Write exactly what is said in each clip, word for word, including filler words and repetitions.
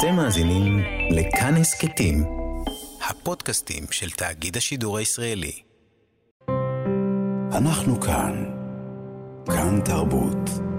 אתם מאזינים לכאן הסכתים, הפודקאסטים של תאגיד השידור הישראלי. אנחנו כאן, כאן תרבות.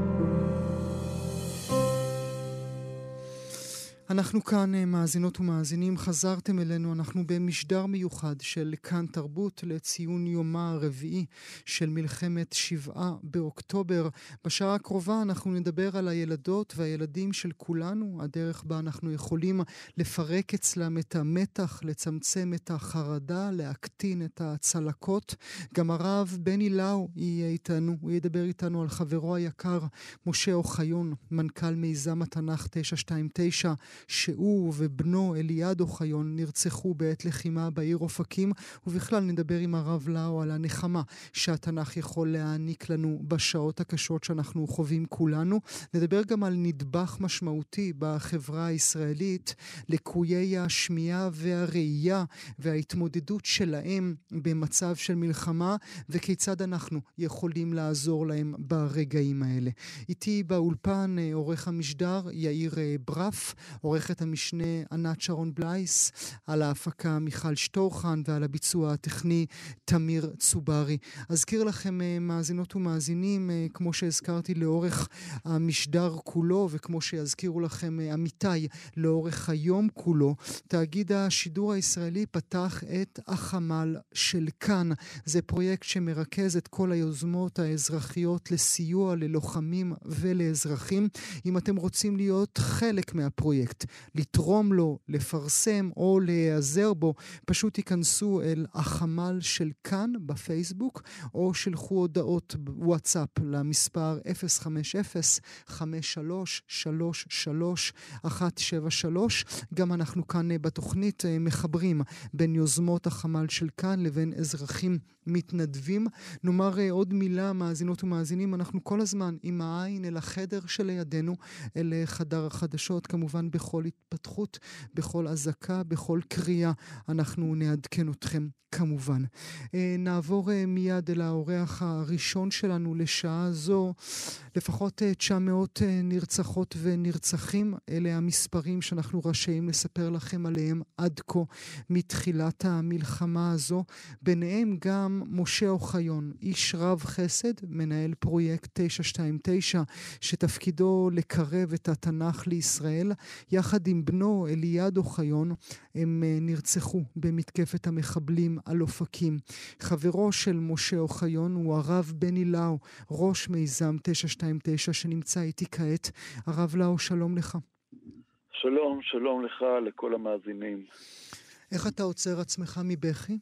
אנחנו כאן מאזינות ומאזינים, חזרתם אלינו, אנחנו במשדר מיוחד של כאן תרבות לציון יומה הרביעי של מלחמת שבעה באוקטובר. בשעה הקרובה אנחנו נדבר על הילדות והילדים של כולנו, הדרך בה אנחנו יכולים לפרק אצלם את המתח, לצמצם את החרדה, להקטין את הצלקות. גם הרב בני לאו יהיה איתנו, הוא ידבר איתנו על חברו היקר משה אוחיון, מנכ"ל מיזם התנ"ך תשע שתיים תשע, שהוא ובנו אליעד אוחיון נרצחו בעת לחימה בעיר אופקים, ובכלל נדבר עם הרב לאו על הנחמה שהתנ"ך יכול להעניק לנו בשעות הקשות שאנחנו חווים כולנו. נדבר גם על נדבך משמעותי בחברה הישראלית, לקויי השמיעה והראייה וההתמודדות שלהם במצב של מלחמה, וכיצד אנחנו יכולים לעזור להם ברגעים האלה. איתי באולפן עורך המשדר יאיר ברף, עורכת המשנה ענת שרון בלייס, על ההפקה מיכל שטורחן ועל הביצוע הטכני תמיר צוברי. אזכיר לכם מאזינות ומאזינים, כמו שהזכרתי לאורך המשדר כולו, וכמו שיזכירו לכם עמיתי לאורך היום כולו, תאגיד השידור הישראלי פתח את החמ"ל של כאן. זה פרויקט שמרכז את כל היוזמות האזרחיות לסיוע ללוחמים ולאזרחים. אם אתם רוצים להיות חלק מהפרויקט, לתרום לו, לפרסם או להיעזר בו, פשוט תיכנסו אל החמ"ל של כאן בפייסבוק, או שלחו הודעות וואטסאפ למספר אפס חמש אפס חמש שלוש שלוש שלוש אחת שבע שלוש. גם אנחנו כאן בתוכנית מחברים בין יוזמות החמ"ל של כאן לבין אזרחים מתנדבים. נאמר עוד מילה, מאזינות ומאזינים, אנחנו כל הזמן עם העין אל החדר שלידינו, אל חדר החדשות, כמובן בכל התפתחות, בכל הזקה, בכל קריאה, אנחנו נעדכן אתכם כמובן. נעבור מיד אל האורח הראשון שלנו לשעה זו. לפחות תשע מאות נרצחות ונרצחים, אלה המספרים שאנחנו רשאים לספר לכם עליהם עד כה מתחילת המלחמה הזו. ביניהם גם משה אוחיון, איש רב חסד, מנהל פרויקט תשע שתיים תשע, שתפקידו לקרב את התנ"ך לישראל. יחד עם בנו אליעד אוחיון הם נרצחו במתקפת המחבלים על אופקים. חברו של משה אוחיון הוא הרב בני לאו, ראש מיזם תשע שתיים תשע, שנמצא איתי כעת. הרב לאו, שלום לך. שלום, שלום לך, לכל המאזינים. איך אתה עוצר עצמך מבכי?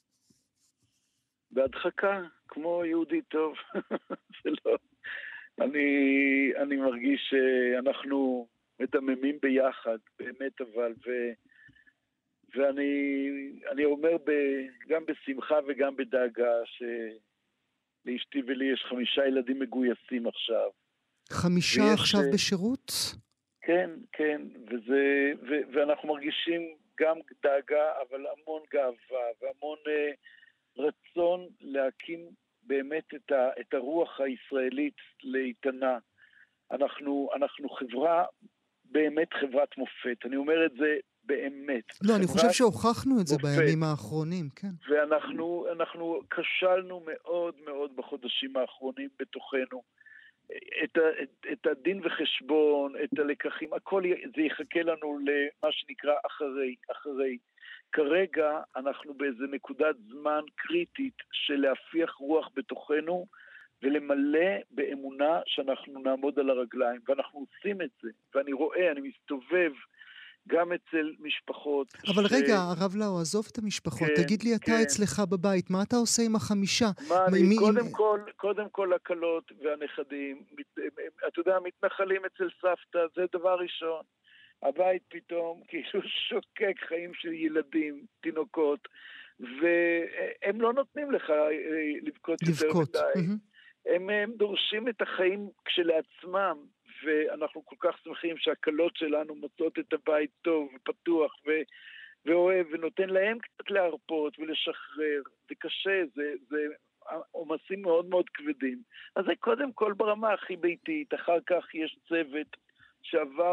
בהדחקה, כמו יהודי טוב. שלא. אני, אני מרגיש שאנחנו מדממים ביחד, באמת, אבל, ו, ואני אני אומר ב, גם בשמחה וגם בדאגה, שלאשתי ולי יש חמישה ילדים מגויסים עכשיו. חמישה ויש, עכשיו בשירות? כן, כן, וזה, ו, ואנחנו מרגישים גם דאגה, אבל המון גאווה, והמון uh, רצון להקים באמת את, ה, את הרוח הישראלית לאיתנה. אנחנו, אנחנו חברה, באמת חברת מופת. אני אומר את זה באמת. לא, אני חושב שהוכחנו את זה מופת. בימים האחרונים, כן. ואנחנו אנחנו כשלנו מאוד מאוד בחודשים האחרונים בתוכנו. את, ה, את, את הדין וחשבון, את הלקחים, הכל זה יחכה לנו למה שנקרא אחרי, אחרי. כרגע אנחנו באיזה נקודת זמן קריטית של להפיח רוח בתוכנו, ולמלא באמונה שאנחנו נעמוד על הרגליים, ואנחנו עושים את זה, ואני רואה, אני מסתובב גם אצל משפחות. אבל ש... רגע, הרב לאו, עזוב את המשפחות, כן, תגיד לי אתה כן. אצלך בבית, מה אתה עושה עם החמישה? מה אני, מי... קודם כל, קודם כל הקלות והנכדים, מת, אתה יודע, מתנחלים אצל סבתא, זה דבר ראשון. הבית פתאום כאילו שוקק חיים של ילדים, תינוקות, והם לא נותנים לך לבכות יותר מדי. Mm-hmm. הם, הם דורשים את החיים כשלעצמם, ואנחנו כל כך שמחים שהקלות שלנו מוצאות את הבית טוב ופתוח ו, ואוהב, ונותן להם קצת להרפות ולשחרר. זה קשה, זה, זה עומסים מאוד מאוד כבדים. אז זה קודם כל ברמה הכי ביתית, אחר כך יש צוות שעבר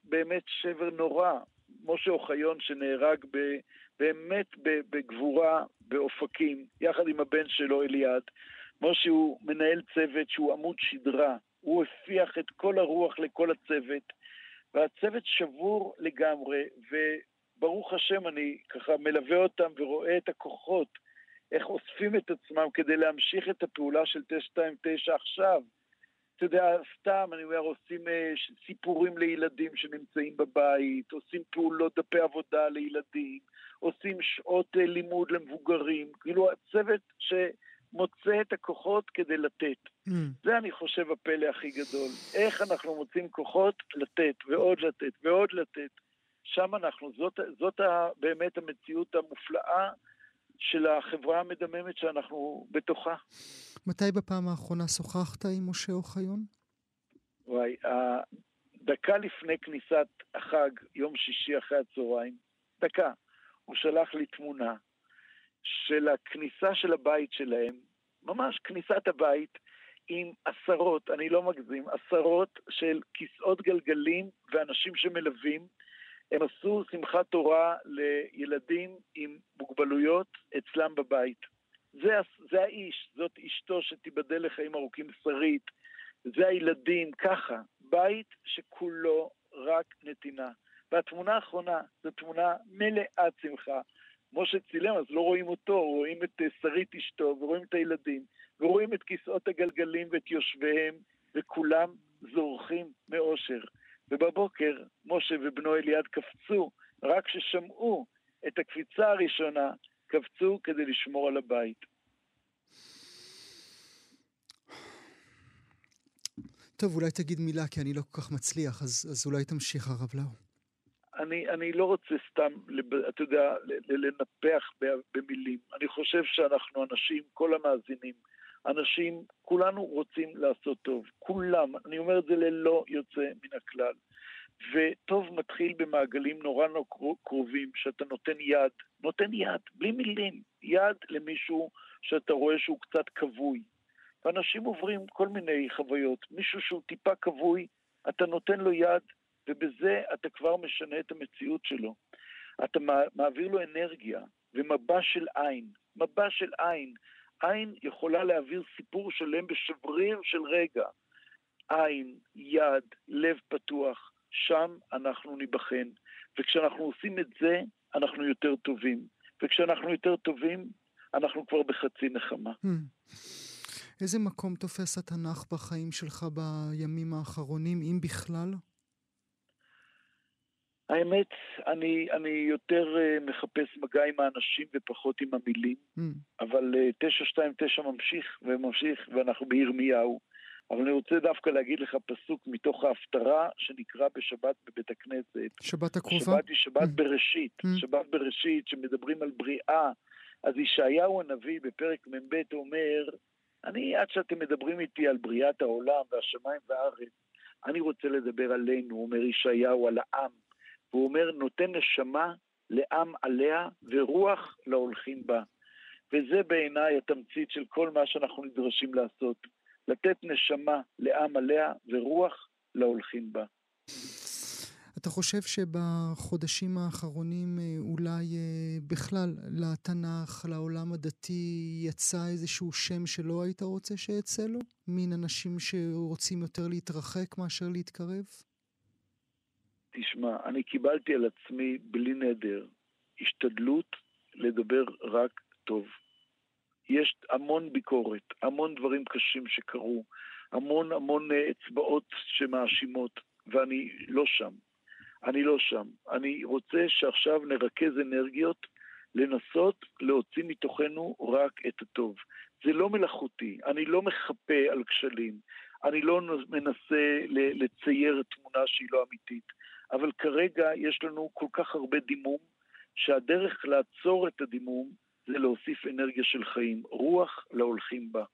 באמת שבר נורא. משה אוחיון שנהרג ב, באמת בגבורה באופקים, יחד עם הבן שלו אליעד. משה הוא מנהל צוות שהוא עמוד שדרה, הוא הפיח את כל הרוח לכל הצוות, והצוות שבור לגמרי, וברוך השם אני ככה מלווה אותם ורואה את הכוחות, איך אוספים את עצמם כדי להמשיך את הפעולה של תשע שתיים תשע עכשיו. אתה יודע, סתם, אני אומר, עושים סיפורים לילדים שנמצאים בבית, עושים פעולות דפי עבודה לילדים, עושים שעות לימוד למבוגרים, כאילו הצוות שמוצא את הכוחות כדי לתת. Mm. זה אני חושב הפלא הכי גדול. איך אנחנו מוצאים כוחות לתת, ועוד לתת, ועוד לתת. שם אנחנו, זאת, זאת באמת המציאות המופלאה, של החברה המדממת שאנחנו בתוכה. מתי בפעם האחרונה שוחחת עם משה אוחיון? וואי, דקה לפני כניסת החג, יום שישי אחרי הצהריים, דקה, הוא שלח לי תמונה של הכניסה של הבית שלהם, ממש כניסת הבית, עם עשרות, אני לא מגזים, עשרות של כיסאות גלגלים ואנשים שמלווים, הם עשו שמחת תורה לילדים עם מוגבלויות אצלם בבית. זה, זה האיש, זאת אשתו שתיבדל לחיים ארוכים שרית, זה הילדים, ככה, בית שכולו רק נתינה. והתמונה האחרונה, זו תמונה מלאת שמחה. משה צילם, אז לא רואים אותו, רואים את שרית אשתו, ורואים את הילדים, ורואים את כיסאות הגלגלים ואת יושביהם, וכולם זורחים מאושר. ובבוקר משה ובנו אליעד קפצו, רק ששמעו את הקפיצה הראשונה, קפצו כדי לשמור על הבית. טוב, אולי תגיד מילה, כי אני לא כל כך מצליח, אז, אז אולי תמשיך הרב לאו. אני, אני לא רוצה סתם, אתה יודע, לנפח במילים. אני חושב שאנחנו אנשים, כל המאזינים, אנשים, כולנו רוצים לעשות טוב. כולם, אני אומר את זה ללא יוצא מן הכלל. וטוב מתחיל במעגלים נורא נורא קרובים, שאתה נותן יד, נותן יד, בלי מילים, יד למישהו שאתה רואה שהוא קצת כבוי. ואנשים עוברים כל מיני חוויות. מישהו שהוא טיפה כבוי, אתה נותן לו יד, ובזה אתה כבר משנה את המציאות שלו. אתה מעביר לו אנרגיה, ומבע של עין, מבע של עין, עין יכולה להעביר סיפור שלם בשבריר של רגע. עין, יד, לב פתוח, שם אנחנו ניבחן. וכשאנחנו עושים את זה, אנחנו יותר טובים. וכשאנחנו יותר טובים, אנחנו כבר בחצי נחמה. איזה מקום תופס התנ"ך בחיים שלך בימים האחרונים, אם בכלל? האמת, אני, אני יותר uh, מחפש מגע עם האנשים ופחות עם המילים, mm. אבל uh, תשע שתיים תשע ממשיך וממשיך, ואנחנו בירמיהו. אבל אני רוצה דווקא להגיד לך פסוק מתוך ההפטרה שנקרא בשבת בבית הכנסת. שבת הקרובה? שבת היא שבת mm. בראשית, mm. שבת בראשית שמדברים על בריאה. אז ישעיהו הנביא בפרק מ"ב אומר, אני עד שאתם מדברים איתי על בריאת העולם והשמיים והארץ, אני רוצה לדבר עלינו, אומר ישעיהו, על העם. הוא אומר, נותן נשמה לעם עליה ורוח להולכים בה. וזה בעיניי התמצית של כל מה שאנחנו נדרשים לעשות. לתת נשמה לעם עליה ורוח להולכים בה. אתה חושב שבחודשים האחרונים אולי בכלל לתנ"ך, לעולם הדתי, יצא איזשהו שם שלא היית רוצה שיצא לו? מין אנשים שרוצים יותר להתרחק מאשר להתקרב? תשמע, אני קיבלתי על עצמי בלי נדר השתדלות לדבר רק טוב. יש המון ביקורת, המון דברים קשים שקרו, המון המון אצבעות שמאשימות, ואני לא שם. אני לא שם. אני רוצה שעכשיו נרכז אנרגיות לנסות להוציא מתוכנו רק את הטוב. זה לא מלאכותי, אני לא מחפה על כשלים, אני לא מנסה לצייר תמונה שהיא לא אמיתית, אבל כרגע יש לנו כל כך הרבה דימום, שהדרך לעצור את הדימום זה להוסיף אנרגיה של חיים, רוח להולכים בה.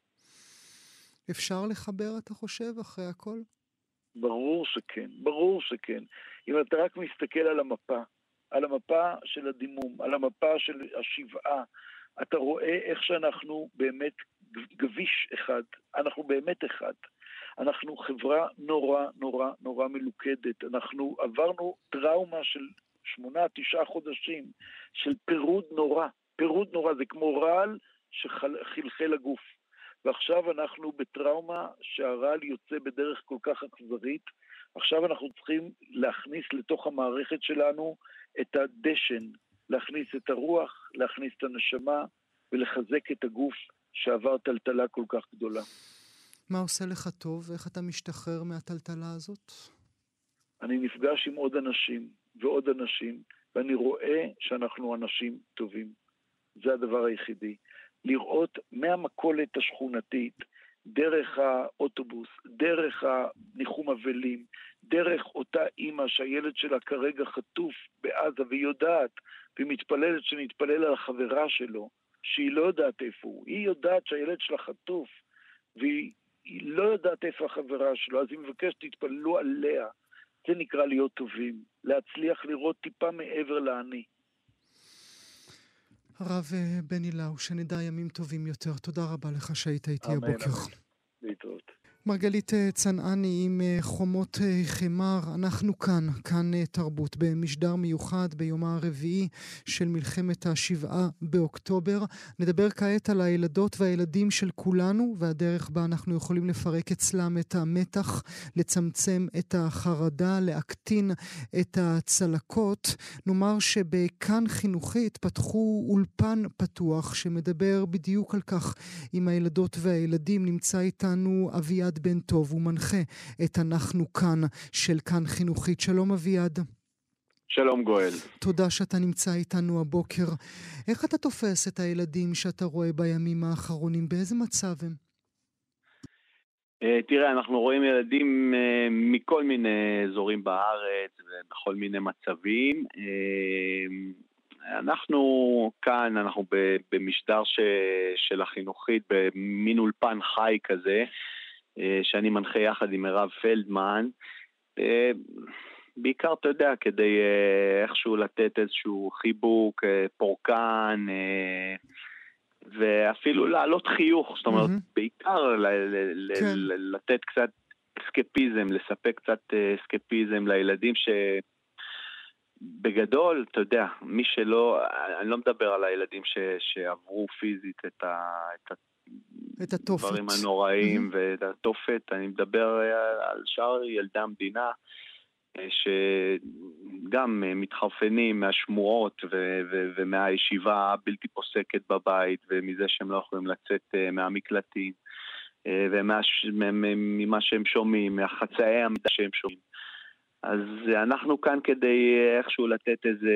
אפשר לחבר, אתה חושב, אחרי הכל? ברור שכן, ברור שכן. אם אתה רק מסתכל על המפה, על המפה של הדימום, על המפה של השבעה, אתה רואה איך שאנחנו באמת גביש אחד, אנחנו באמת אחד. אנחנו חברה נורא נורא נורא מלוכדת. אנחנו עברנו טראומה של שמונה, תשעה חודשים של פירוד נורא. פירוד נורא, זה כמו רעל שחלחל לגוף. ועכשיו אנחנו בטראומה שהרעל יוצא בדרך כל כך אכזרית. עכשיו אנחנו צריכים להכניס לתוך המערכת שלנו את הדשן, להכניס את הרוח, להכניס את הנשמה ולחזק את הגוף שעבר טלטלה כל כך גדולה. מה עושה לך טוב? איך אתה משתחרר מהטלטלה הזאת? אני נפגש עם עוד אנשים ועוד אנשים, ואני רואה שאנחנו אנשים טובים. זה הדבר היחידי. לראות מהמכולת השכונתית, דרך האוטובוס, דרך הניחום אבלים, דרך אותה אימא שהילד שלה כרגע חטוף בעזה והיא יודעת, והיא מתפללת שנתפלל על החברה שלו, שהיא לא יודעת איפה הוא. היא יודעת שהילד שלה חטוף, והיא לא יודעת איפה החברה שלו, אז היא מבקשת תתפללו עליה. זה נקרא להיות טובים, להצליח לראות טיפה מעבר לעני. הרב בני לאו, שנדע ימים טובים יותר. תודה רבה לך שהיית איתי אמן, הבוקר. אמן. להתראות. מרגלית צנעני עם חומות חמר, אנחנו כאן, כאן תרבות, במשדר מיוחד ביומה הרביעי של מלחמת השבעה באוקטובר. נדבר כעת על הילדות והילדים של כולנו, והדרך בה אנחנו יכולים לפרק אצלם את המתח, לצמצם את החרדה, להקטין את הצלקות. נאמר שבכאן חינוכית פתחו אולפן פתוח שמדבר בדיוק על כך עם הילדות והילדים. נמצא איתנו אביעד בן טוב, הוא מנחה את אנחנו כאן של כאן חינוכית. שלום אביעד. שלום גואל. תודה שאתה נמצא איתנו הבוקר. איך אתה תופס את הילדים שאתה רואה בימים האחרונים? באיזה מצב הם? Uh, תראה, אנחנו רואים ילדים uh, מכל מיני אזורים בארץ ובכל מיני מצבים. Uh, אנחנו כאן, אנחנו במשדר ש, של החינוכית, במין אולפן חי כזה, שאני מנחה יחד עם מירב פלדמן, בעיקר, אתה יודע, כדי איכשהו לתת איזשהו חיבוק, פורקן, ואפילו לעלות חיוך, זאת אומרת, בעיקר לתת קצת אסקפיזם, לספק קצת אסקפיזם לילדים ש... בגדול, אתה יודע, מי שלא, אני לא מדבר על הילדים ש, שעברו פיזית את ה... את ה את התופת. דברים הנוראים mm-hmm. ואת התופת, אני מדבר על שאר ילדי המדינה, שגם מתחרפנים מהשמועות ו- ו- ומהישיבה הבלתי פוסקת בבית, ומזה שהם לא יכולים לצאת מהמקלטים, וממה שהם שומעים, מהחצאי המידע שהם שומעים. אז אנחנו כאן כדי איכשהו לתת איזה...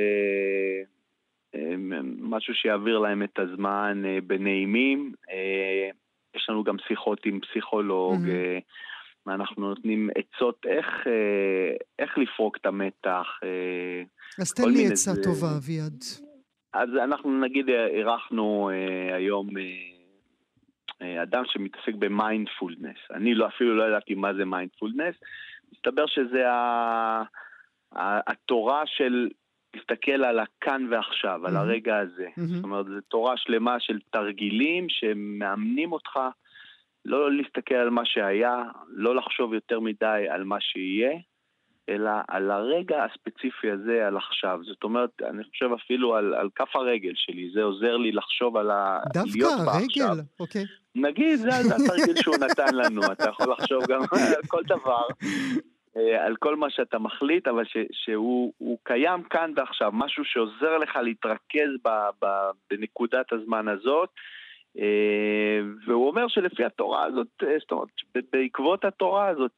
משהו שיעביר להם את הזמן בנעימים. יש לנו גם שיחות עם פסיכולוג, mm-hmm. אנחנו נותנים עצות איך, איך לפרוק את המתח. אז תן לי עצה זה... טובה, אביעד. אז אנחנו נגיד, אירחנו היום אדם שמתעסק במיינדפולנס. אני לא, אפילו לא ידעתי מה זה מיינדפולנס. מסתבר שזה ה... התורה של... להסתכל על הכאן ועכשיו, mm-hmm. על הרגע הזה. Mm-hmm. זאת אומרת, זו תורה שלמה של תרגילים שמאמנים אותך לא להסתכל על מה שהיה, לא לחשוב יותר מדי על מה שיהיה, אלא על הרגע הספציפי הזה, על עכשיו. זאת אומרת, אני חושב אפילו על, על כף הרגל שלי, זה עוזר לי לחשוב על ה... דווקא הרגל, אוקיי. נגיד, זה, זה התרגיל שהוא נתן לנו, אתה יכול לחשוב גם על כל דבר. על כל מה שאתה מחליט, אבל ש, שהוא הוא קיים כאן ועכשיו, משהו שעוזר לך להתרכז ב, ב, בנקודת הזמן הזאת, והוא אומר שלפי התורה הזאת, זאת אומרת, בעקבות התורה הזאת,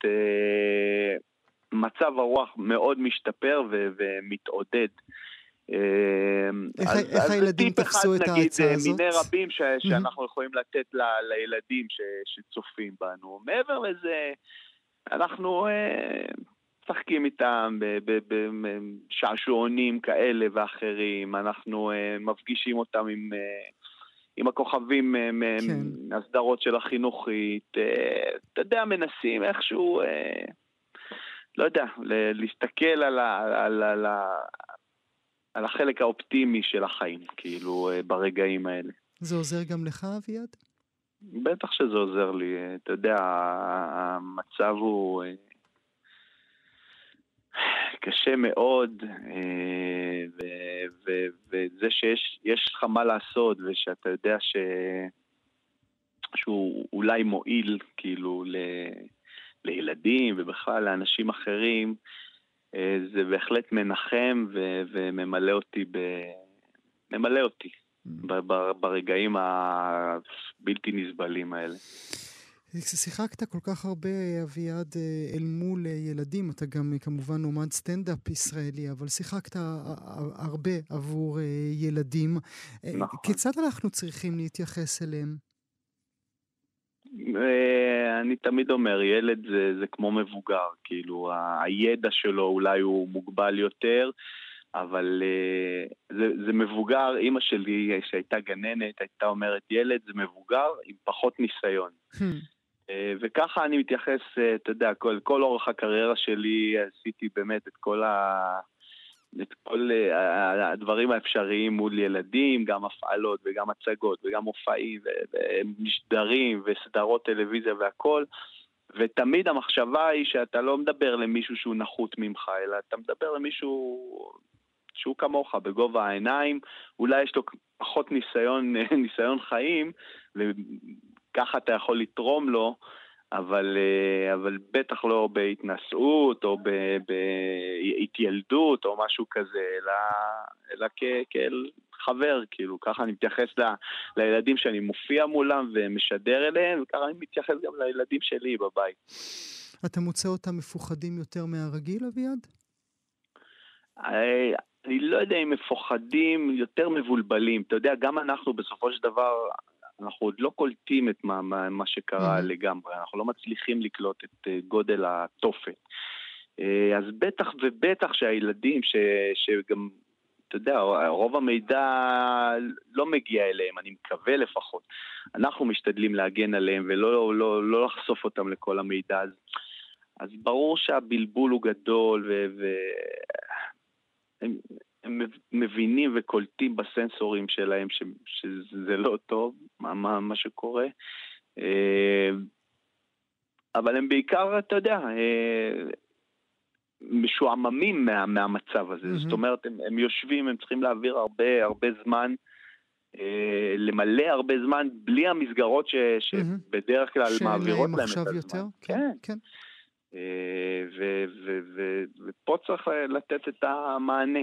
מצב הרוח מאוד משתפר ו, ומתעודד. איך, אז, איך אז הילדים תפסו את ההצעה הזאת? מיני רבים ש, שאנחנו יכולים לתת ל, לילדים ש, שצופים בנו. מעבר לזה, אנחנו משחקים איתם בשעשועונים כאלה ואחרים, אנחנו מפגישים אותם עם, עם הכוכבים מהסדרות של החינוכית, אתה יודע, מנסים איכשהו, לא יודע, להסתכל על, על, על, על החלק האופטימי של החיים, כאילו, ברגעים האלה. זה עוזר גם לך, אביעד? בטח שזה עוזר לי. אתה יודע, המצב הוא קשה מאוד, וזה שיש יש לך מה לעשות, ושאתה יודע ש... שהוא אולי מועיל כאילו ל... לילדים ובכלל לאנשים אחרים, זה בהחלט מנחם ו... וממלא אותי ב... ממלא אותי ברגעים הבלתי נסבלים האלה. שיחקת כל כך הרבה, אביעד, אל מול ילדים, אתה גם כמובן אומן סטנדאפ ישראלי, אבל שיחקת הרבה עבור ילדים. נכון. כיצד אנחנו צריכים להתייחס אליהם? אני תמיד אומר, ילד זה, זה כמו מבוגר, כאילו הידע שלו אולי הוא מוגבל יותר, אבל זה, זה מבוגר. אמא שלי שהייתה גננת הייתה אומרת, ילד זה מבוגר עם פחות ניסיון. וככה אני מתייחס, אתה יודע, כל, כל אורך הקריירה שלי עשיתי באמת את כל, ה, את כל הדברים האפשריים מול ילדים, גם הפעלות וגם הצגות וגם מופעים ומשדרים וסדרות טלוויזיה והכל, ותמיד המחשבה היא שאתה לא מדבר למישהו שהוא נחות ממך, אלא אתה מדבר למישהו שהוא כמוך בגובה העיניים, אולי יש לו פחות ניסיון, ניסיון חיים, וככה אתה יכול לתרום לו, אבל, אבל בטח לא בהתנסות או בהתילדות או משהו כזה, אלא, אלא כ, כאל חבר, כאילו, ככה אני מתייחס ל, לילדים שאני מופיע מולם ומשדר אליהם, וככה אני מתייחס גם לילדים שלי בבית. אתה מוצא אותם מפוחדים יותר מהרגיל, אביעד? אני לא יודע אם מפוחדים, יותר מבולבלים. אתה יודע, גם אנחנו בסופו של דבר, אנחנו עוד לא קולטים את מה, מה, מה שקרה mm-hmm. לגמרי. אנחנו לא מצליחים לקלוט את גודל התופת. אז בטח ובטח שהילדים, ש, שגם, אתה יודע, רוב המידע לא מגיע אליהם, אני מקווה לפחות. אנחנו משתדלים להגן עליהם ולא לא, לא לחשוף אותם לכל המידע. אז, אז ברור שהבלבול הוא גדול ו... ו... הם, הם מבינים וקולטים בסנסורים שלהם ש, שזה לא טוב, מה, מה, מה שקורה. אבל הם בעיקר, אתה יודע, משועממים מה, מהמצב הזה. Mm-hmm. זאת אומרת, הם, הם יושבים, הם צריכים להעביר הרבה, הרבה זמן, למלא הרבה זמן, בלי המסגרות ש, שבדרך כלל מעבירות להם את הזמן. יותר? כן, כן. ו- ו- ו- ופה צריך לתת את המענה.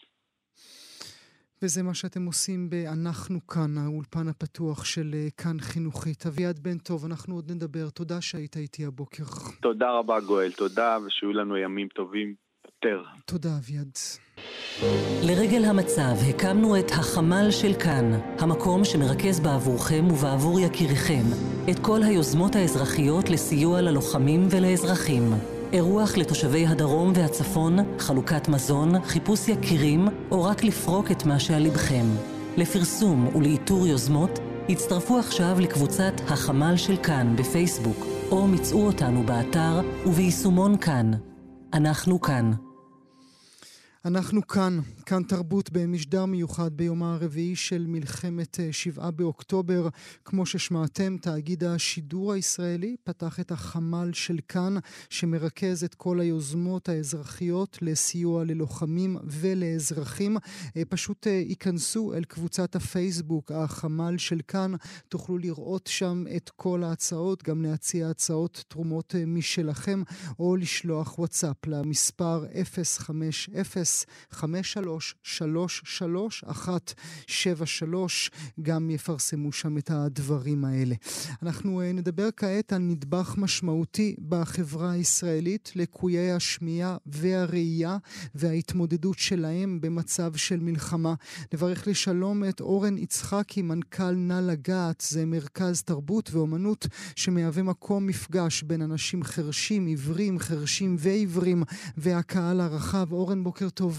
וזה מה שאתם עושים ב"אנחנו כאן", האולפן הפתוח של כאן חינוכית. אביעד בן טוב, אנחנו עוד נדבר. תודה שהיית איתי הבוקר. תודה רבה גואל, תודה, ושיהיו לנו ימים טובים יותר. תודה אביעד. לרגל המצב הקמנו את החמ"ל של כאן, המקום שמרכז בעבורכם ובעבור יקיריכם את כל היוזמות האזרחיות לסיוע ללוחמים ולאזרחים. אירוח לתושבי הדרום והצפון, חלוקת מזון, חיפוש יקירים או רק לפרוק את מה שעל לבכם. לפרסום ולאיתור יוזמות הצטרפו עכשיו לקבוצת החמ"ל של כאן בפייסבוק, או מצאו אותנו באתר וביישומון כאן. אנחנו כאן. אנחנו כאן, כאן תרבות במשדר מיוחד ביום הרביעי של מלחמת שבעה באוקטובר. כמו ששמעתם, תאגיד השידור הישראלי פתח את החמ"ל של כאן, שמרכז את כל היוזמות האזרחיות לסיוע ללוחמים ולאזרחים. פשוט ייכנסו אל קבוצת הפייסבוק, החמ"ל של כאן, תוכלו לראות שם את כל ההצעות, גם להציע הצעות תרומות משלכם, או לשלוח וואטסאפ למספר אפס חמש אפס חמש שלוש שלוש שלוש אחת שבע שלוש. גם יפרסמו שם את הדברים האלה. אנחנו נדבר כעת על נדבך משמעותי בחברה הישראלית, לקויי השמיעה והראייה וההתמודדות שלהם במצב של מלחמה. נברך לשלום את אורן יצחקי, מנכ"ל נא לגעת. זה מרכז תרבות ואומנות שמהווה מקום מפגש בין אנשים חרשים, עיוורים, חרשים ועיוורים והקהל הרחב. אורן, בוקר טוב.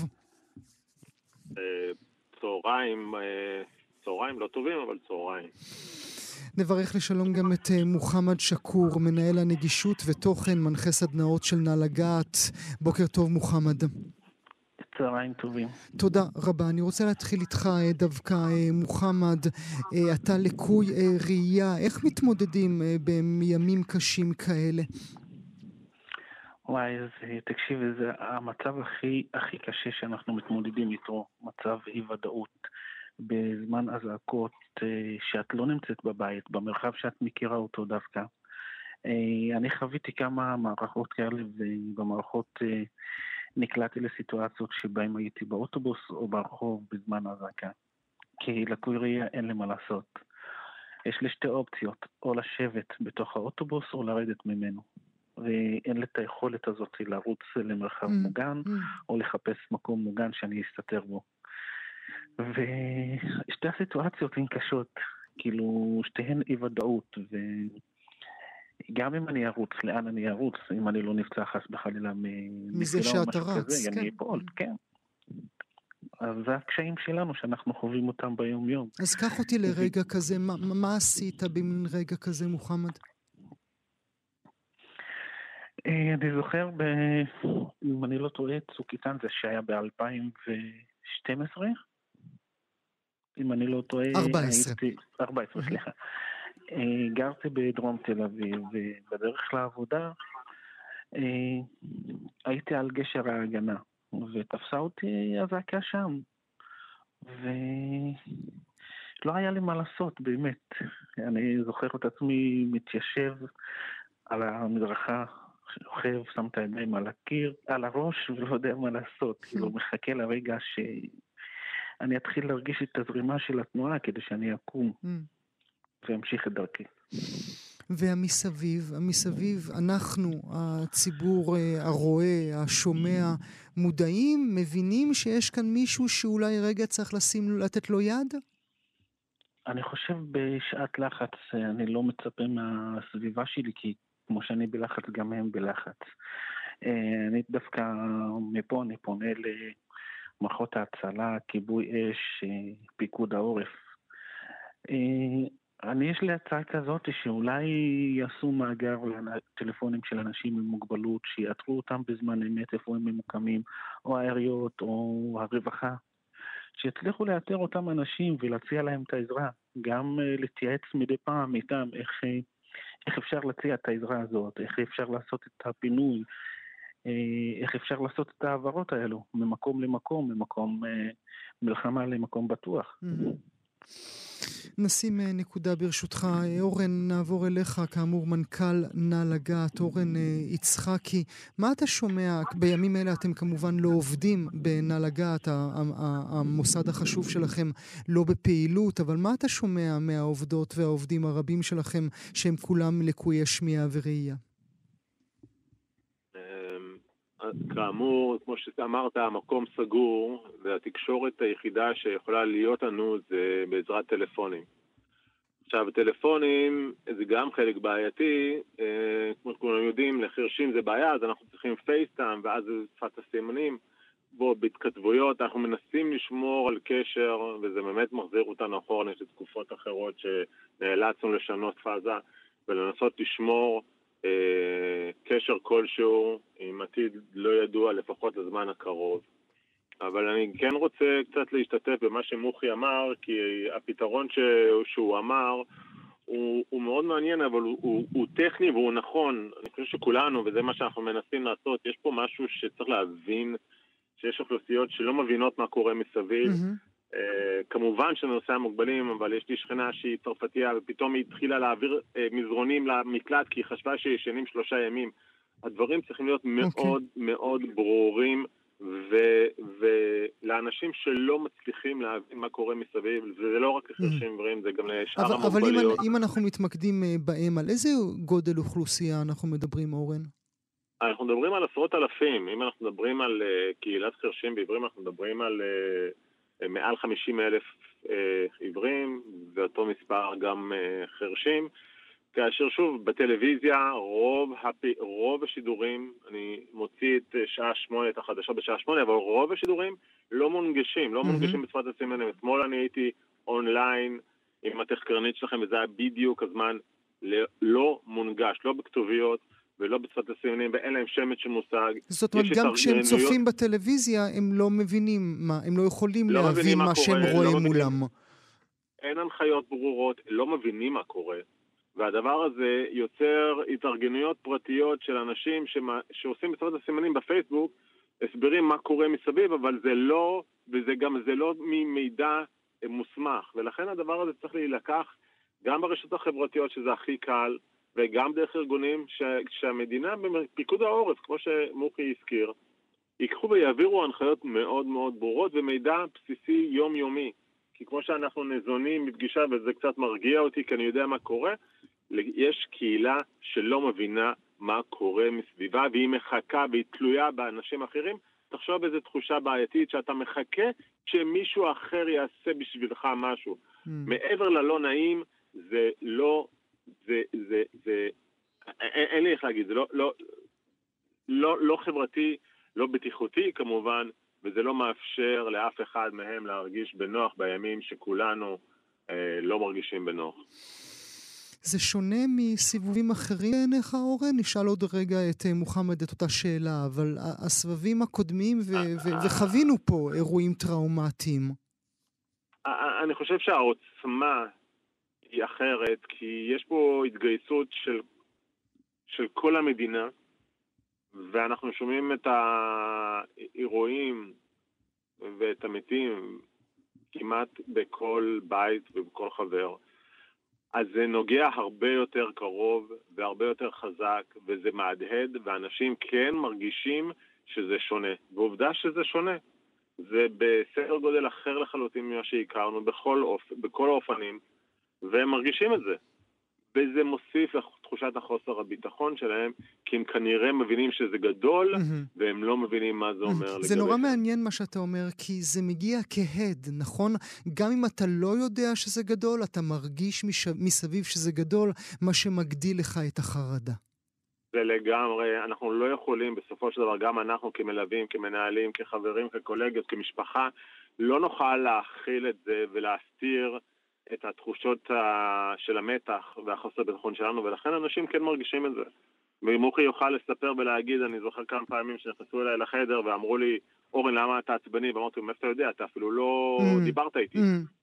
צהריים, צהריים לא טובים, אבל צהריים. נברך לשלום גם את מוחמד שקור, מנהל הנגישות ותוכן, מנחה סדנאות של נא לגעת. בוקר טוב מוחמד. צהריים טובים. תודה רבה. אני רוצה להתחיל איתך דווקא, מוחמד. אתה לקוי ראייה. איך מתמודדים בימים קשים כאלה? וואי, זה, תקשיב, זה המצב הכי, הכי קשה שאנחנו מתמודדים איתו, מצב אי ודאות. בזמן הזעקות שאת לא נמצאת בבית, במרחב שאת מכירה אותו דווקא. אני חוויתי כמה מערכות כאלה, ובמערכות נקלעתי לסיטואציות שבהם הייתי באוטובוס או ברחוב בזמן הזעקה. כי לקוי ראייה אין לי מה לעשות. יש לי שתי אופציות, או לשבת בתוך האוטובוס או לרדת ממנו. ואין לי את היכולת הזאת לרוץ למרחב mm, מוגן, mm. או לחפש מקום מוגן שאני אסתתר בו. ושתי הסיטואציות הן קשות, כאילו שתיהן אי ודאות, וגם אם אני ארוץ, לאן אני ארוץ, אם אני לא נפצע חס בחלילה מזה שאתה רץ, כן. אני אפול, כן. אז זה הקשיים שלנו שאנחנו חווים אותם ביום יום. אז קח אותי לרגע כזה, מה, מה עשית במין רגע כזה, מוחמד? אני זוכר, ב... אם אני לא טועה, צוק איתן זה שהיה ב-אלפיים ושתים עשרה, אם אני לא טועה... ארבע עשרה. הייתי... ארבע עשרה, סליחה. גרתי בדרום תל אביב, ובדרך לעבודה הייתי על גשר ההגנה, ותפסה אותי הזעקה שם. ולא היה לי מה לעשות, באמת. אני זוכר את עצמי מתיישב על המדרכה, שוכב, שם את הידיים על הקיר, על הראש, ולא יודע מה לעשות. כאילו, מחכה לרגע שאני אתחיל להרגיש את הזרימה של התנועה, כדי שאני אקום ואמשיך את דרכי. והמסביב, המסביב, אנחנו, הציבור הרואה, השומע, מודעים, מבינים שיש כאן מישהו שאולי רגע צריך לשים, לתת לו יד? אני חושב בשעת לחץ, אני לא מצפה מהסביבה שלי, כי כמו שאני בלחץ, גם הם בלחץ. אני דווקא מפה, אני פונה למערכות ההצלה, כיבוי אש, פיקוד העורף. אני יש לי הצעה כזאת שאולי יעשו מאגר לטלפונים של אנשים עם מוגבלות, שיאתרו אותם בזמן אמת איפה הם ממוקמים, או העיריות או הרווחה, שיצליחו לאתר אותם אנשים ולהציע להם את העזרה, גם להתייעץ מדי פעם איתם איך, איך אפשר להציע את העזרה הזאת, איך אפשר לעשות את הפינוי, איך אפשר לעשות את העברות האלו, ממקום למקום, ממקום מלחמה למקום בטוח. נשים נקודה ברשותך. אורן, נעבור אליך, כאמור מנכ"ל נא לגעת. אורן יצחקי, מה אתה שומע? בימים אלה אתם כמובן לא עובדים בנא לגעת, המוסד החשוב שלכם לא בפעילות, אבל מה אתה שומע מהעובדות והעובדים הרבים שלכם שהם כולם לקויי שמיעה וראייה? כאמור, כמו שאמרת, המקום סגור, והתקשורת היחידה שיכולה להיות לנו זה בעזרת טלפונים. עכשיו, טלפונים זה גם חלק בעייתי, כמו שכולנו יודעים, לחרשים זה בעיה, אז אנחנו צריכים פייסטיים, ואז זה שפת הסימנים. בו, בהתכתבויות, אנחנו מנסים לשמור על קשר, וזה באמת מחזיר אותנו אחורה, יש תקופות אחרות שנאלצנו לשנות פאזה, ולנסות לשמור קשר כלשהו עם עתיד לא ידוע לפחות לזמן הקרוב. אבל אני כן רוצה קצת להשתתף במה שמוחי אמר, כי הפתרון שהוא אמר הוא, הוא מאוד מעניין, אבל הוא, הוא, הוא טכני והוא נכון. אני חושב שכולנו, וזה מה שאנחנו מנסים לעשות, יש פה משהו שצריך להבין, שיש אוכלוסיות שלא מבינות מה קורה מסביב. Mm-hmm. Uh, כמובן שנושא המוגבלים, אבל יש לי שכנה שהיא צרפתייה, ופתאום היא התחילה להעביר uh, מזרונים למקלט, כי היא חשבה שישנים שלושה ימים. הדברים צריכים להיות okay. מאוד מאוד ברורים, ו- ולאנשים שלא מצליחים להבין מה קורה מסביב, זה לא רק לחרשים עיוורים, זה גם לשאר אבל, המוגבליות. אבל אם, אם אנחנו מתמקדים בהם, על איזה גודל אוכלוסייה אנחנו מדברים, אורן? אנחנו מדברים על עשרות אלפים. אם אנחנו מדברים על uh, קהילת חרשים ועיוורים, אנחנו מדברים על... Uh, מעל חמישים אלף אה, עיוורים, ואותו מספר גם אה, חרשים, כאשר שוב, בטלוויזיה, רוב, הפ... רוב השידורים, אני מוציא את שעה שמונה, את החדשה בשעה שמונה, אבל רוב השידורים לא מונגשים, לא mm-hmm. מונגשים בשפת הסימנים. אתמול אני הייתי אונליין עם התחקרנית שלכם, וזה היה בדיוק הזמן לא מונגש, לא בכתוביות, ולא בשפת הסימנים, ואין להם שמץ של מושג. זאת אומרת, גם כשהם צופים בטלוויזיה, הם לא מבינים מה, הם לא יכולים לא להבין מה, מה שהם רואים לא מולם. אין הנחיות ברורות, לא מבינים מה קורה. והדבר הזה יוצר התארגנויות פרטיות של אנשים שמה, שעושים בשפת הסימנים בפייסבוק, הסברים מה קורה מסביב, אבל זה לא, וזה גם זה לא ממידע מוסמך. ולכן הדבר הזה צריך להילקח גם ברשתות החברתיות, שזה הכי קל, וגם דרך ארגונים ש, שהמדינה בפיקוד העורף, כמו שמוכי הזכיר, ייקחו ויעבירו הנחיות מאוד מאוד ברורות ומידע בסיסי יומיומי. כי כמו שאנחנו נזונים בפגישה, וזה קצת מרגיע אותי, כי אני יודע מה קורה, יש קהילה שלא מבינה מה קורה מסביבה, והיא מחכה והיא תלויה באנשים אחרים. תחשוב באיזו תחושה בעייתית, שאתה מחכה שמישהו אחר יעשה בשבילך משהו. Mm. מעבר ללא נעים, זה לא, זה, זה, זה, אין, אין לי איך להגיד, זה לא, לא, לא, לא חברתי, לא בטיחותי כמובן, וזה לא מאפשר לאף אחד מהם להרגיש בנוח בימים שכולנו אה, לא מרגישים בנוח. זה שונה מסיבובים אחרים בעיניך, אורן? נשאל עוד רגע את מוחמד את אותה שאלה, אבל הסבבים הקודמים ו- ו- וחווינו פה אירועים טראומטיים. אני חושב שהעוצמה היא אחרת, כי יש פה התגייסות של, של כל המדינה, ואנחנו שומעים את האירועים ואת המתים כמעט בכל בית ובכל חבר. אז זה נוגע הרבה יותר קרוב והרבה יותר חזק, וזה מהדהד, ואנשים כן מרגישים שזה שונה. ועובדה שזה שונה. זה בסדר גודל אחר לחלוטין ממה שהכרנו, בכל, אופ... בכל האופנים, והם מרגישים את זה. וזה מוסיף לתחושת החוסר הביטחון שלהם, כי הם כנראה מבינים שזה גדול, mm-hmm. והם לא מבינים מה זה אומר. זה נורא מעניין מה שאתה אומר, כי זה מגיע כהד, נכון? גם אם אתה לא יודע שזה גדול, אתה מרגיש מש... מסביב שזה גדול, מה שמגדיל לך את החרדה. זה לגמרי, אנחנו לא יכולים, בסופו של דבר, גם אנחנו כמלווים, כמנהלים, כחברים, כקולגיות, כמשפחה, לא נוכל להכיל את זה ולהסתיר את התחושות של המתח והחוסר ביטחון שלנו, ולכן אנשים כן מרגישים את זה. ומוכי יוכל לספר ולהגיד, אני זוכר כמה פעמים שנכנסו אליי לחדר ואמרו לי, אורן, למה אתה עצבני? ואמרתי, מאיפה אתה יודע? אתה אפילו לא דיברת איתי.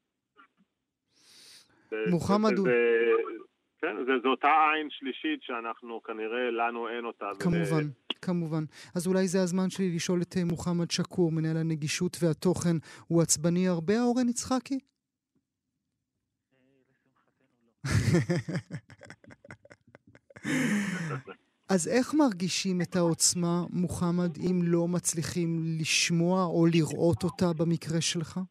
מוחמד הוא... כן, זו אותה עין שלישית שאנחנו כנראה, לנו אין אותה. כמובן, כמובן. אז אולי זה הזמן שלי לשאול את מוחמד שקור, מנהל הנגישות והתוכן, הוא עצבני הרבה, אורן יצחקי? אז איך מרגישים את העוצמה, מוחמד, אם לא מצליחים לשמוע או לראות אותה במקרה שלך?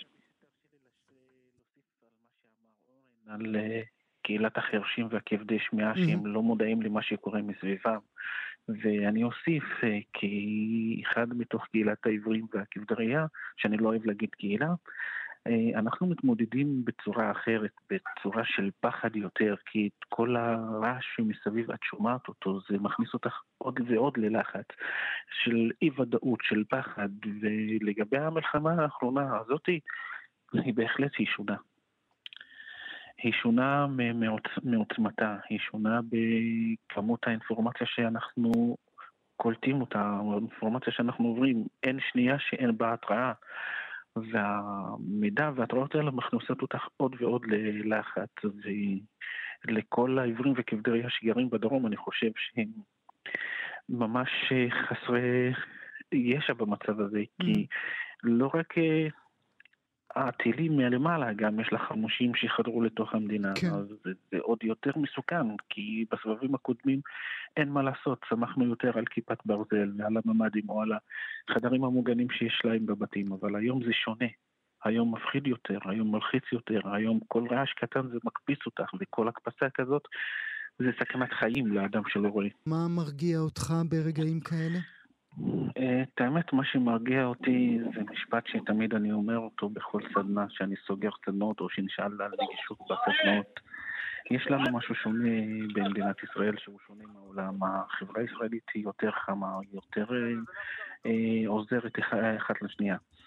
על קהילת החרשים והכבדי שמיעה שהם לא מודעים למה שקורה מסביבם. ואני אוסיף, כי אחד מתוך קהילת העברים והכבדי ראייה, שאני לא אוהב להגיד קהילה, אנחנו מתמודדים בצורה אחרת, בצורה של פחד יותר, כי את כל הרעש שמסביב את שומעת אותו, זה מכניס אותך עוד ועוד ללחץ של אי ודאות, של פחד, ולגבי המלחמה האחרונה הזאת, היא בהחלט היא שונה. היא שונה מעוצ... מעוצמתה, היא שונה בכמות האינפורמציה שאנחנו קולטים אותה, האינפורמציה שאנחנו עוברים, אין שנייה שאין בה התראה, והמידע והתראות האלה מכניסות אותך עוד ועוד ללחץ, ולכל העברים וכבדי ראייה שגרים בדרום, אני חושב שהם ממש חסרי ישע במצב הזה, כי לא רק הטילים מלמעלה, גם יש לך חמושים שחדרו לתוך המדינה, כן. אז זה, זה עוד יותר מסוכן, כי בסבבים הקודמים אין מה לעשות, שמחנו יותר על כיפת ברזל ועל הממדים או על החדרים המוגנים שיש להם בבתים, אבל היום זה שונה, היום מפחיד יותר, היום מלחיץ יותר, היום כל רעש קטן זה מקפיץ אותך, וכל הקפצה כזאת זה סכנת חיים לאדם שלא רואה. מה מרגיע אותך ברגעים כאלה? את האמת, מה שמרגיע אותי זה משפט שתמיד אני אומר אותו בכל סדנה, שאני סוגר סדנות או שנשאל על נגישות בסדנות. יש לנו משהו שונה במדינת ישראל שהוא שונה מהעולם. החברה הישראלית היא יותר חמה, היא יותר אה, עוזרת אחת לשנייה.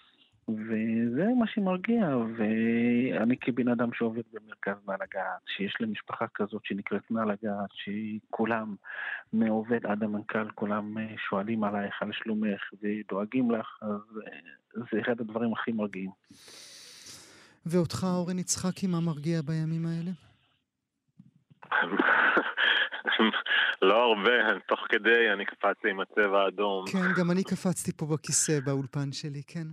וזה מה שמרגיע, ואני כבן אדם שעובד במרכז נא לגעת, שיש לי משפחה כזאת שנקראת נא לגעת, שכולם מעובד עד המנכ"ל, כולם שואלים עלייך, על שלומך, ודואגים לך, אז זה אחד הדברים הכי מרגיעים. ואותך, אורן יצחקי, מה מרגיע בימים האלה? לא הרבה, תוך כדי אני קפצתי עם הצבע האדום. כן, גם אני קפצתי פה בכיסא באולפן שלי, כן.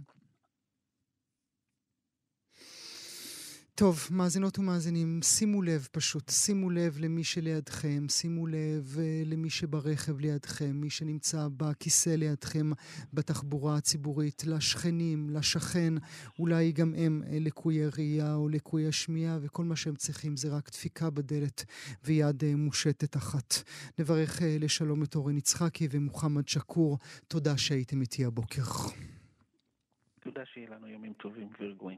טוב, מאזינות ומאזינים, שימו לב פשוט, שימו לב למי שלידכם, שימו לב למי שברכב לידכם, מי שנמצא בכיסא לידכם בתחבורה הציבורית, לשכנים, לשכן, אולי גם הם לקויי ראייה או לקויי שמיעה, וכל מה שהם צריכים זה רק דפיקה בדלת ויד מושטת אחת. נברך לשלום את אורן יצחקי ומוחמד שקור, תודה שהייתם איתי הבוקר. תודה שיהיה לנו ימים טובים ורגועים.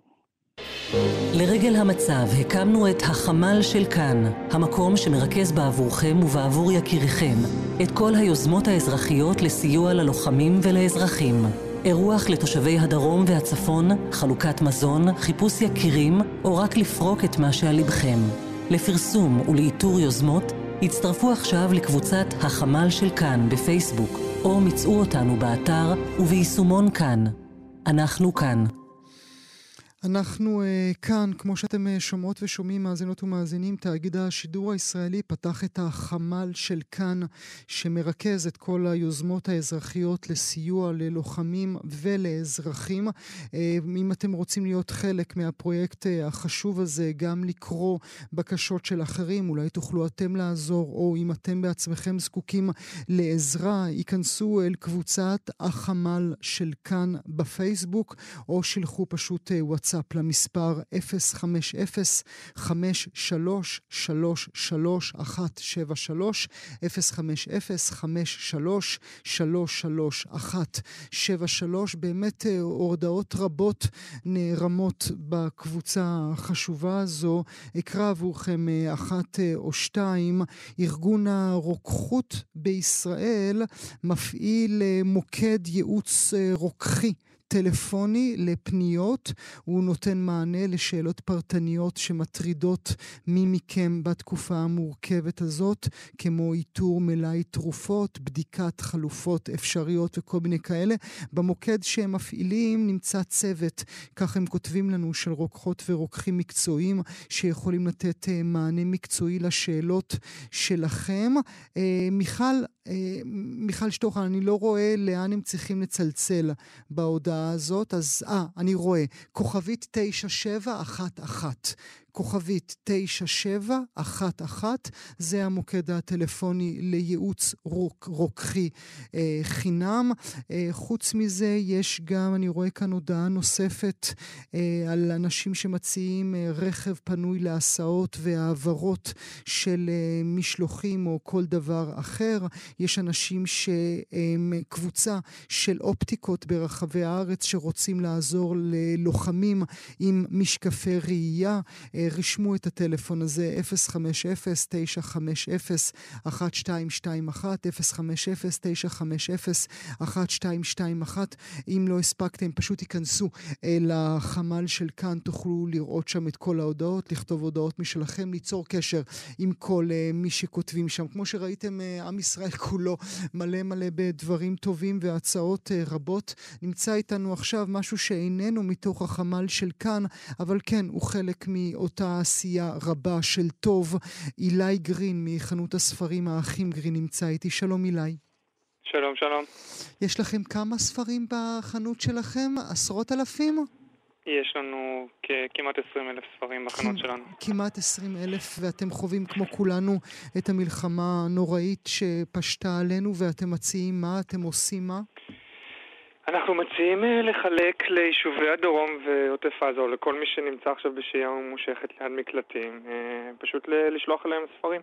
לרגל המצב הקמנו את החמ"ל של כאן, המקום שמרכז בעבורכם ובעבור יקיריכם את כל היוזמות האזרחיות לסיוע ללוחמים ולאזרחים. אירוח לתושבי הדרום והצפון, חלוקת מזון, חיפוש יקירים או רק לפרוק את מה שעל לבכם. לפרסום ולאיתור יוזמות הצטרפו עכשיו לקבוצת החמ"ל של כאן בפייסבוק או מצאו אותנו באתר וביישומון כאן. אנחנו כאן. אנחנו uh, כאן, כמו שאתם uh, שומעות ושומעים, מאזינות ומאזינים, תאגיד השידור הישראלי פתח את החמ"ל של כאן, שמרכז את כל היוזמות האזרחיות לסיוע ללוחמים ולאזרחים. Uh, אם אתם רוצים להיות חלק מהפרויקט uh, החשוב הזה, גם לקרוא בקשות של אחרים, אולי תוכלו אתם לעזור, או אם אתם בעצמכם זקוקים לעזרה, ייכנסו אל קבוצת החמ"ל של כאן בפייסבוק, או שילחו פשוט uh, וואטסאפ. למספר אפס חמש אפס חמש שלוש שלוש שלוש אחת שבע שלוש אפס חמש אפס חמש שלוש שלוש שלוש אחת שבע שלוש. באמת הודעות רבות נערמות בקבוצה החשובה הזו. אקרא עבורכם אחת או שתיים. ארגון הרוקחות בישראל מפעיל מוקד ייעוץ רוקחי טלפוני לפניות. הוא נותן מענה לשאלות פרטניות שמטרידות מי מכם בתקופה המורכבת הזאת, כמו איתור מלאי תרופות, בדיקת חלופות אפשריות וכל מיני כאלה. במוקד שהם מפעילים נמצא צוות, כך הם כותבים לנו, של רוקחות ורוקחים מקצועיים שיכולים לתת מענה מקצועי לשאלות שלכם. מיכל, מיכל שטוחן, אני לא רואה לאן הם צריכים לצלצל בהודעה הזאת, אז אה, אני רואה, כוכבית תשע שבע אחת אחת. כוכבית תשע שבע אחת אחת, זה המוקד הטלפוני לייעוץ רוק, רוקחי אה, חינם. אה, חוץ מזה יש גם, אני רואה כאן הודעה נוספת אה, על אנשים שמציעים אה, רכב פנוי להסעות והעברות של אה, משלוחים או כל דבר אחר. יש אנשים שקבוצה של אופטיקות ברחבי הארץ שרוצים לעזור ללוחמים עם משקפי ראייה. רשמו את הטלפון הזה אפס חמש אפס תשע חמש אפס אחת שתיים שתיים אחת אפס חמש אפס תשע חמש אפס אחת שתיים שתיים אחת. אם לא הספקתם, פשוט תיכנסו לחמ"ל של כאן, תוכלו לראות שם את כל ההודעות, לכתוב הודעות משלכם, ליצור קשר עם כל מי שכותבים שם. כמו שראיתם, עם ישראל כולו מלא מלא בדברים טובים והצעות רבות. נמצא איתנו עכשיו משהו שאיננו מתוך החמ"ל של כאן, אבל כן, הוא חלק מאותה עשייה רבה של טוב. אילי גרין מחנות הספרים האחים גרין נמצא איתי. שלום אילי. שלום, שלום. יש לכם כמה ספרים בחנות שלכם? עשרות אלפים? יש לנו כמעט עשרים אלף ספרים בחנות שלנו. כמעט עשרים אלף, ואתם חווים כמו כולנו את המלחמה הנוראית שפשטה עלינו, ואתם מציעים מה? אתם עושים מה? אנחנו מציעים לחלק ליישובי הדרום ועוטף עזה, או לכל מי שנמצא עכשיו בשהייה ממושכת ליד מקלטים, פשוט לשלוח עליהם ספרים.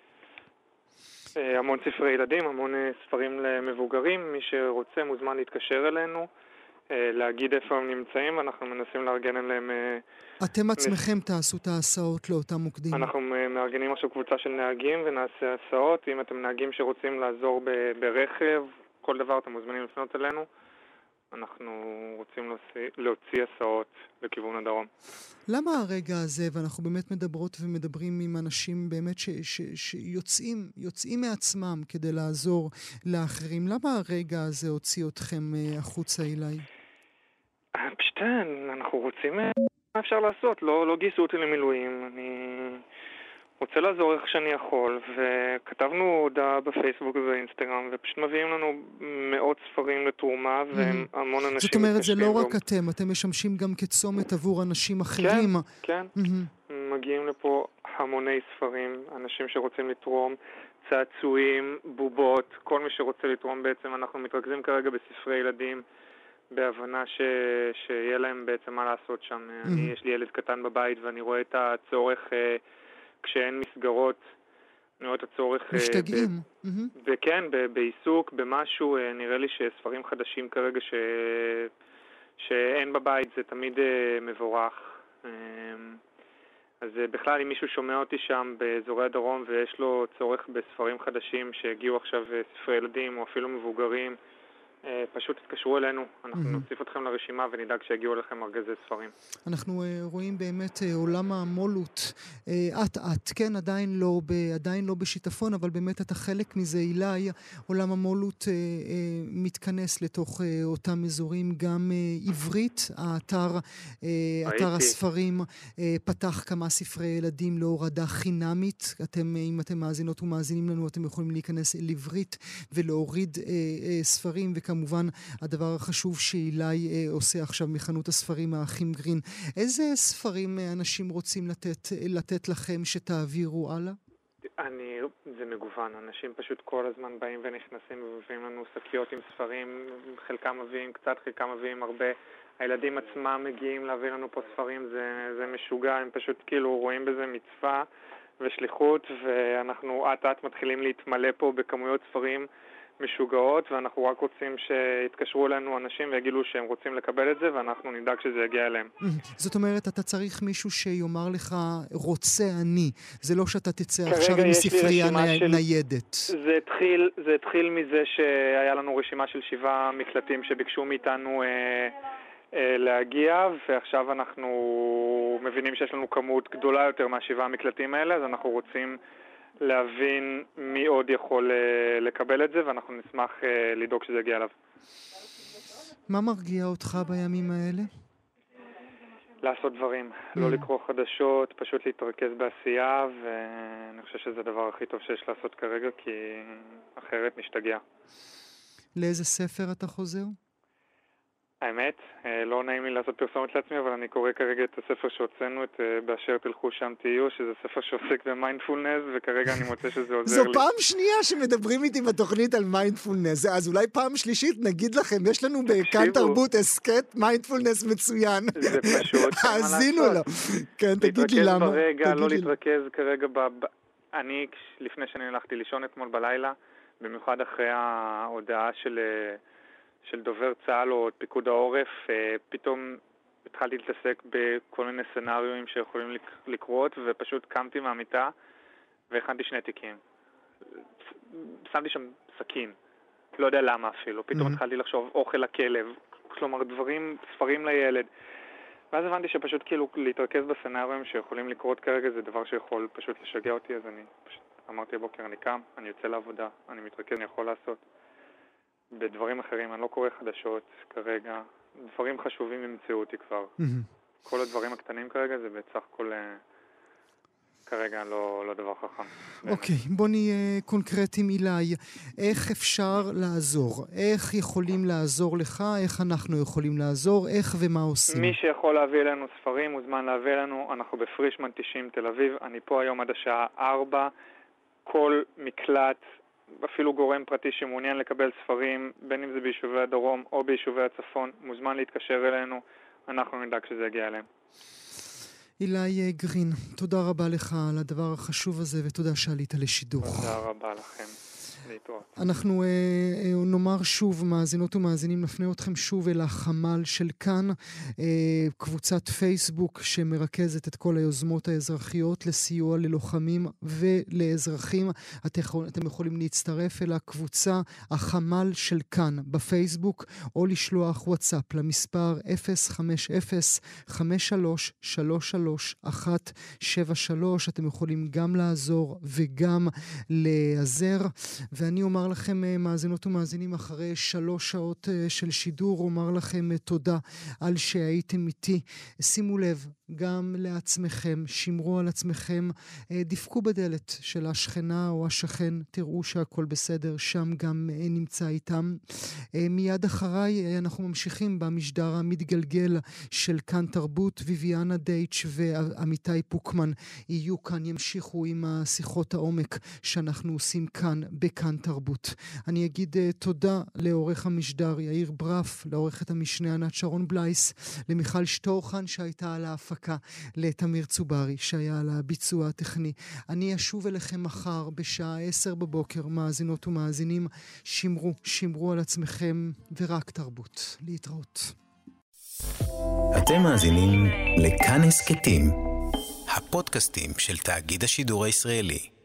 המון ספרי ילדים, המון ספרים למבוגרים. מי שרוצה מוזמן להתקשר אלינו, להגיד איפה הם נמצאים, ואנחנו מנסים לארגן אליהם... אתם עצמכם תעשו את ההסעות לאותם מוקדים. אנחנו מארגנים עכשיו קבוצה של נהגים ונעשה הסעות. אם אתם נהגים שרוצים לעזור ברכב, כל דבר אתם מוזמנים לפנות אלינו. אנחנו רוצים להוציא, להוציא הסעות לכיוון הדרום. למה הרגע הזה, ואנחנו באמת מדברות ומדברים עם אנשים באמת ש, ש, שיוצאים, יוצאים מעצמם כדי לעזור לאחרים, למה הרגע הזה הוציא אתכם החוצה אליי? פשוט, אנחנו רוצים, מה אפשר לעשות? לא, לא גייסו אותי למילואים, אני רוצה לעזור איך שאני יכול, וכתבנו הודעה בפייסבוק ובאינסטגרם, ופשוט מביאים לנו מאות ספרים לתרומה, והמון אנשים... זאת אומרת, זה לא רק אתם, אתם משמשים גם כצומת עבור אנשים אחרים. כן, כן. מגיעים לפה המוני ספרים, אנשים שרוצים לתרום, צעצועים, בובות, כל מי שרוצה לתרום בעצם. אנחנו מתרכזים כרגע בספרי ילדים, בהבנה ש... שיהיה להם בעצם מה לעשות שם. אני, יש לי ילד קטן בבית, ואני רואה את הצורך... כשאין מסגרות, אני רואה את הצורך... משתגעים. ב- mm-hmm. וכן, ב- בעיסוק, במשהו, נראה לי שספרים חדשים כרגע ש... שאין בבית, זה תמיד מבורך. אז בכלל, אם מישהו שומע אותי שם באזורי הדרום, ויש לו צורך בספרים חדשים שהגיעו עכשיו ספרי ילדים, או אפילו מבוגרים, פשוט תתקשרו אלינו, אנחנו mm-hmm. נוסיף אתכם לרשימה ונדאג שיגיעו לכם ארגזי ספרים. אנחנו uh, רואים באמת uh, עולם המולות, עט uh, עט, כן, עדיין לא, ב, עדיין לא בשיטפון, אבל באמת אתה חלק מזה, אילי, עולם המולות uh, uh, מתכנס לתוך uh, אותם אזורים, גם uh, עברית, האתר, uh, אתר הספרים, uh, פתח כמה ספרי ילדים להורדה חינמית, אתם, אם אתם מאזינות ומאזינים לנו, אתם יכולים להיכנס אל עברית ולהוריד uh, uh, ספרים, וכ כמובן, הדבר החשוב שאילי אה, עושה עכשיו מחנות הספרים האחים גרין. איזה ספרים אה, אנשים רוצים לתת, לתת לכם שתעבירו הלאה? אני, זה מגוון. אנשים פשוט כל הזמן באים ונכנסים ומביאים לנו שקיות עם ספרים. חלקם מביאים קצת, חלקם מביאים הרבה. הילדים עצמם מגיעים להביא לנו פה ספרים. זה, זה משוגע. הם פשוט כאילו רואים בזה מצווה ושליחות, ואנחנו עט עט מתחילים להתמלא פה בכמויות ספרים משוגעות, ואנחנו רק רוצים שיתקשרו אלינו אנשים ויגידו שהם רוצים לקבל את זה, ואנחנו נדאג שזה יגיע אליהם. זאת אומרת, אתה צריך מישהו שיאמר לך, רוצה אני. זה לא שאתה תצא עכשיו עם ספרייה ניידת. זה התחיל, זה התחיל מזה שהיה לנו רשימה של שבעה מקלטים שביקשו מאיתנו אה, אה, להגיע, ועכשיו אנחנו מבינים שיש לנו כמות גדולה יותר מהשבעה המקלטים האלה, אז אנחנו רוצים להבין מי עוד יכול לקבל את זה, ואנחנו נשמח לדאוג שזה יגיע אליו. מה מרגיע אותך בימים האלה? לעשות דברים, לא לקרוא חדשות, פשוט להתרכז בעשייה, ואני חושב שזה הדבר הכי טוב שיש לעשות כרגע, כי אחרת נשתגע. לאיזה ספר אתה חוזר? האמת, לא נעים לי לעשות פרסומת לעצמי, אבל אני קורא כרגע את הספר שהוצאנו, את באשר תלכו שם תהיו, שזה ספר שעוסק במיינדפולנס, וכרגע אני מוצא שזה עוזר זו לי. זו פעם שנייה שמדברים איתי בתוכנית על מיינדפולנס, אז אולי פעם שלישית נגיד לכם, יש לנו בכאן תרבות הסקט מיינדפולנס מצוין. זה פשוט. האזינו לו. כן, תגיד לי למה. להתרכז ברגע, לא להתרכז כרגע ב... אני, לפני שאני הלכתי לישון אתמול בלילה, במיוחד אחרי ההודעה של... של דובר צה"ל או פיקוד העורף, פתאום התחלתי להתעסק בכל מיני סנריואים שיכולים לקרות, ופשוט קמתי מהמיטה והכנתי שני תיקים. שמתי שם סכין, לא יודע למה אפילו. פתאום mm-hmm. התחלתי לחשוב אוכל לכלב, כלומר דברים, ספרים לילד. ואז הבנתי שפשוט כאילו להתרכז בסנריואים שיכולים לקרות כרגע זה דבר שיכול פשוט לשגע אותי, אז אני פשוט אמרתי הבוקר, אני קם, אני יוצא לעבודה, אני מתרכז, אני יכול לעשות. בדברים אחרים, אני לא קורא חדשות כרגע. דברים חשובים ימצאו אותי כבר. Mm-hmm. כל הדברים הקטנים כרגע זה בצח כל... כרגע לא, לא דבר חכם. אוקיי, okay, בוא נהיה קונקרטיים אילי. איך אפשר לעזור? איך יכולים לעזור לך? איך אנחנו יכולים לעזור? איך ומה עושים? מי שיכול להביא אלינו ספרים, מוזמן להביא אלינו. אנחנו בפרישמן תשעים תל אביב. אני פה היום עד השעה ארבע. כל מקלט... אפילו גורם פרטי שמעוניין לקבל ספרים, בין אם זה ביישובי הדרום או ביישובי הצפון, מוזמן להתקשר אלינו, אנחנו נדאג שזה יגיע אליהם. אילי גרין, תודה רבה לך על הדבר החשוב הזה, ותודה שעלית לשידור. תודה רבה לכם. להתראות. אנחנו אה, נאמר שוב, מאזינות ומאזינים, נפנה אתכם שוב אל החמ"ל של כאן, אה, קבוצת פייסבוק שמרכזת את כל היוזמות האזרחיות לסיוע ללוחמים ולאזרחים. אתם, אתם יכולים להצטרף אל הקבוצה החמ"ל של כאן בפייסבוק, או לשלוח וואטסאפ למספר אפס חמש אפס חמש שלוש שלוש שלוש אחת שבע שלוש. אתם יכולים גם לעזור וגם לעזר. ואני אומר לכם, מאזינות ומאזינים, אחרי שלוש שעות של שידור, אומר לכם תודה על שהייתם איתי. שימו לב גם לעצמכם, שמרו על עצמכם, דפקו בדלת של השכנה או השכן, תראו שהכל בסדר, שם גם נמצא איתם. מיד אחריי אנחנו ממשיכים במשדר המתגלגל של כאן תרבות. ויביאנה דייטש ועמיתי פוקמן יהיו כאן, ימשיכו עם השיחות העומק שאנחנו עושים כאן בכאן תרבות. אני אגיד תודה לעורך המשדר יאיר ברף, לעורכת המשנה ענת שרון בלייס, למיכל שטורחן שהייתה על ההפקה, לתמיר צוברי שהיה על הביצוע הטכני. אני אשוב אליכם מחר בשעה עשר בבוקר, מאזינות ומאזינים. שמרו, שמרו על עצמכם, ורק תרבות. להתראות. אתם מאזינים לכאן הסכתים, הפודקאסטים של תאגיד השידור הישראלי.